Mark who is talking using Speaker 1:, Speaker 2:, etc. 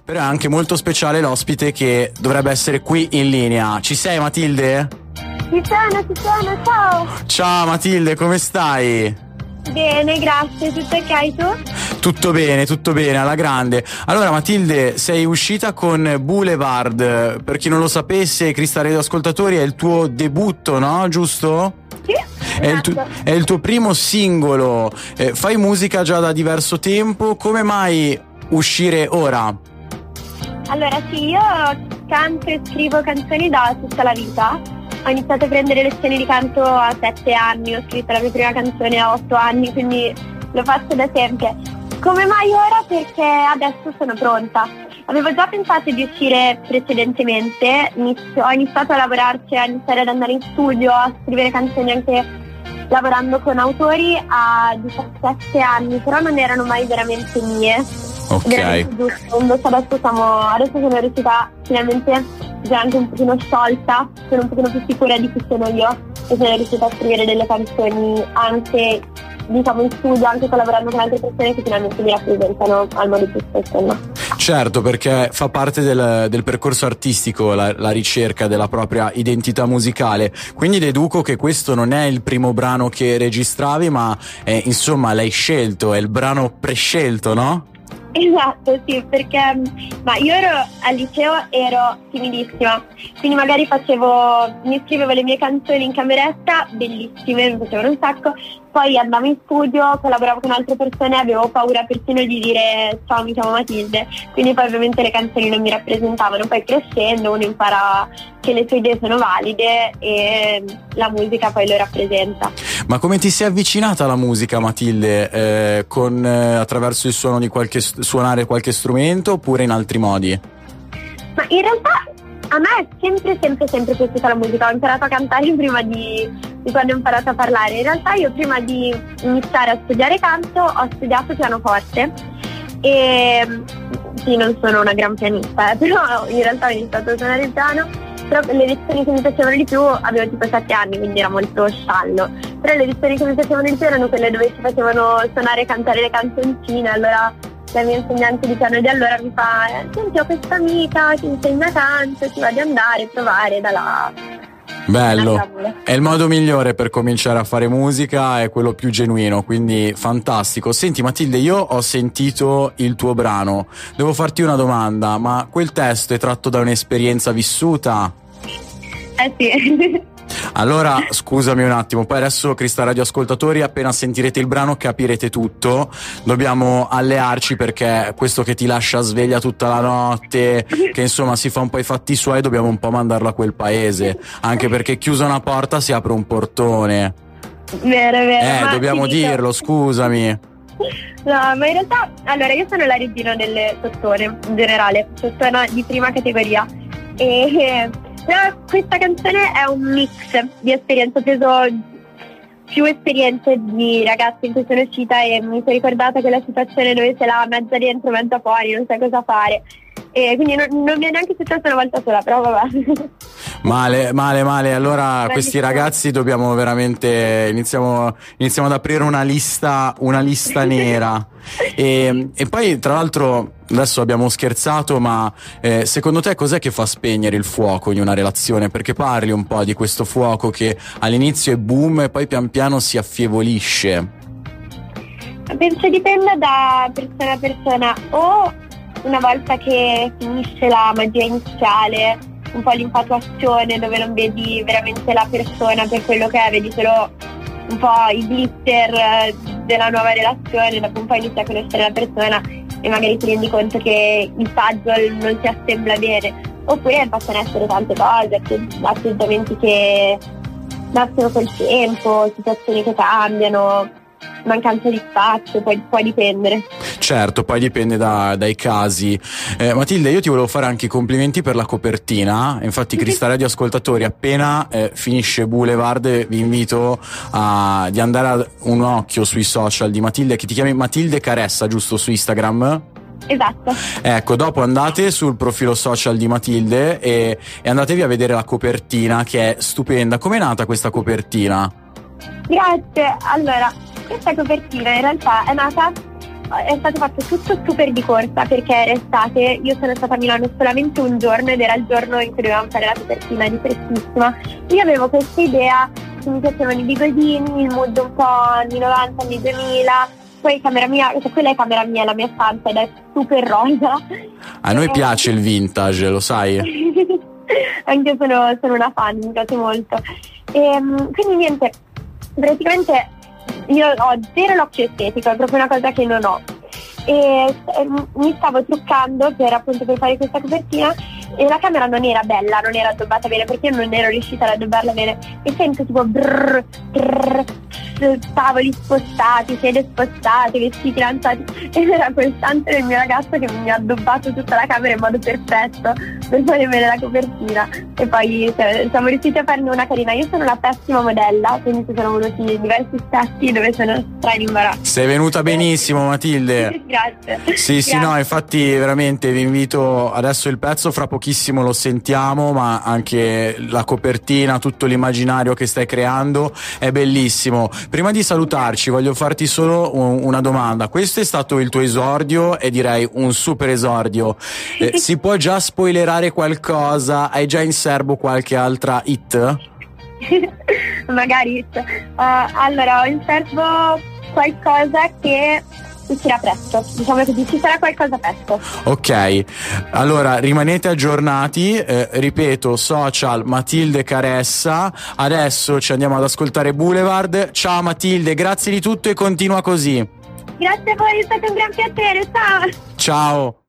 Speaker 1: Però è anche molto speciale l'ospite che dovrebbe essere qui in linea. Ci sei, Matilde?
Speaker 2: Ci sono, ciao!
Speaker 1: Ciao Matilde, come stai?
Speaker 2: Bene, grazie, tutto ok tu?
Speaker 1: Tutto bene, alla grande. Allora Matilde, sei uscita con Boulevard, per chi non lo sapesse, Crista Radio Ascoltatori, è il tuo debutto, no? Giusto?
Speaker 2: Sì,
Speaker 1: è il tuo primo singolo. Fai musica già da diverso tempo, come mai uscire ora?
Speaker 2: Allora sì, io canto e scrivo canzoni da tutta la vita. Ho iniziato a prendere lezioni di canto a 7 anni, ho scritto la mia prima canzone a 8 anni, quindi lo faccio da sempre. Come mai ora? Perché adesso sono pronta. Avevo già pensato di uscire precedentemente, ho iniziato a lavorarci, a iniziare ad andare in studio, a scrivere canzoni anche lavorando con autori a 17 anni, però non erano mai veramente mie.
Speaker 1: Ok.
Speaker 2: Invece adesso sono riuscita finalmente, già anche un pochino sciolta, sono un pochino più sicura di chi sono io e sono riuscita a scrivere delle canzoni anche, diciamo, in studio, anche collaborando con altre persone che finalmente mi rappresentano al modo giusto, insomma.
Speaker 1: Certo, perché fa parte del percorso artistico la ricerca della propria identità musicale, quindi deduco che questo non è il primo brano che registravi, ma insomma l'hai scelto, è il brano prescelto, no?
Speaker 2: Esatto, sì, perché io ero al liceo, ero timidissima, quindi magari mi scrivevo le mie canzoni in cameretta, bellissime, mi piacevano un sacco, poi andavo in studio, collaboravo con altre persone, avevo paura persino di dire ciao, mi chiamo Matilde, quindi poi ovviamente le canzoni non mi rappresentavano. Poi crescendo uno impara che le sue idee sono valide e la musica poi lo rappresenta.
Speaker 1: Ma come ti sei avvicinata alla musica, Matilde? Attraverso il suono di suonare qualche strumento oppure in altri modi?
Speaker 2: Ma in realtà a me è sempre piaciuta la musica. Ho imparato a cantare prima di quando ho imparato a parlare. In realtà io prima di iniziare a studiare canto ho studiato pianoforte e sì, non sono una gran pianista, però in realtà ho iniziato a suonare il piano. Però le lezioni che mi piacevano di più, avevo tipo 7 anni, quindi era molto sciallo, però le lezioni che mi piacevano di più erano quelle dove ci facevano suonare e cantare le canzoncine. Allora la mia insegnante di piano di allora mi fa: senti, ho questa amica che insegna canto, ti va di andare a provare da là.
Speaker 1: Bello, è il modo migliore per cominciare a fare musica, è quello più genuino, quindi fantastico. Senti Matilde, io ho sentito il tuo brano, devo farti una domanda, ma quel testo è tratto da un'esperienza vissuta?
Speaker 2: Sì.
Speaker 1: Allora scusami un attimo, poi adesso Crista Radio Ascoltatori, appena sentirete il brano capirete tutto. Dobbiamo allearci perché questo che ti lascia sveglia tutta la notte, che insomma si fa un po' i fatti suoi, dobbiamo un po' mandarlo a quel paese, anche perché chiusa una porta si apre un portone.
Speaker 2: Vero.
Speaker 1: Dobbiamo dirlo, scusami.
Speaker 2: No, ma in realtà, allora, io sono la regina delle sottone, in generale, sottona di prima categoria. Però questa canzone è un mix di esperienze, ho preso più esperienze di ragazze in cui sono uscita e mi sono ricordata quella situazione dove sei là mezza dentro, mezza fuori, non sai cosa fare. E quindi non mi è neanche successo una volta sola, però vabbè.
Speaker 1: Male. Allora questi ragazzi dobbiamo veramente iniziamo ad aprire una lista nera. E poi tra l'altro adesso abbiamo scherzato, ma secondo te cos'è che fa spegnere il fuoco in una relazione? Perché parli un po' di questo fuoco che all'inizio è boom e poi pian piano si affievolisce.
Speaker 2: Penso dipenda da persona a persona, o una volta che finisce la magia iniziale, un po' l'infatuazione dove non vedi veramente la persona per quello che è, vedi solo un po' i glitter della nuova relazione, dopo un po' inizi a conoscere la persona e magari ti rendi conto che il puzzle non si assembla bene, oppure possono essere tante cose, atteggiamenti che nascono col tempo, situazioni che cambiano, mancanza di spazio, poi può dipendere.
Speaker 1: Certo, poi dipende dai casi. Matilde, io ti volevo fare anche i complimenti per la copertina. Infatti Crista Radio Ascoltatori, appena finisce Boulevard, vi invito di andare a un occhio sui social di Matilde, che ti chiami Matilde Caressa, giusto, su Instagram?
Speaker 2: Esatto.
Speaker 1: Ecco, dopo andate sul profilo social di Matilde e andatevi a vedere la copertina, che è stupenda. Com'è nata questa copertina?
Speaker 2: Grazie. Allora, questa copertina in realtà è nata è stato fatto tutto super di corsa perché era estate, io sono stata a Milano solamente un giorno ed era il giorno in cui dovevamo fare la copertina di Freschissima. Io avevo questa idea che mi piacevano i bigodini, il mood un po' anni 90, anni 2000, poi camera mia, cioè quella è camera mia, la mia stanza ed è super rosa.
Speaker 1: A noi piace il vintage, lo sai?
Speaker 2: Anche sono una fan, mi piace molto. Quindi niente, praticamente io ho zero l'occhio estetico, è proprio una cosa che non ho. E mi stavo truccando per fare questa copertina e la camera non era bella, non era addobbata bene perché io non ero riuscita ad addobbarla bene e sento tipo brrr, brrr, tavoli spostati, sedie spostate, vestiti lanciati ed era quel santo del mio ragazzo che mi ha addobbato tutta la camera in modo perfetto per fare bene la copertina e poi siamo riusciti a farne una carina. Io sono una pessima modella, quindi ci sono venuti diversi stati dove sono stra in imbarazzo.
Speaker 1: Sei venuta benissimo, Matilde.
Speaker 2: Grazie.
Speaker 1: Sì,
Speaker 2: Grazie.
Speaker 1: no, infatti veramente vi invito, adesso il pezzo fra pochissimo lo sentiamo, ma anche la copertina, tutto l'immaginario che stai creando è bellissimo. Prima di salutarci voglio farti solo una domanda. Questo è stato il tuo esordio e direi un super esordio. Si può già spoilerare qualcosa? Hai già in serbo qualche altra hit?
Speaker 2: Magari allora ho in serbo qualcosa che uscirà presto, diciamo così, ci sarà qualcosa presto.
Speaker 1: Ok, allora rimanete aggiornati, ripeto, social Matilde Caressa. Adesso ci andiamo ad ascoltare Boulevard. Ciao Matilde, grazie di tutto e continua così.
Speaker 2: Grazie a voi, è stato un gran piacere, ciao.
Speaker 1: Ciao.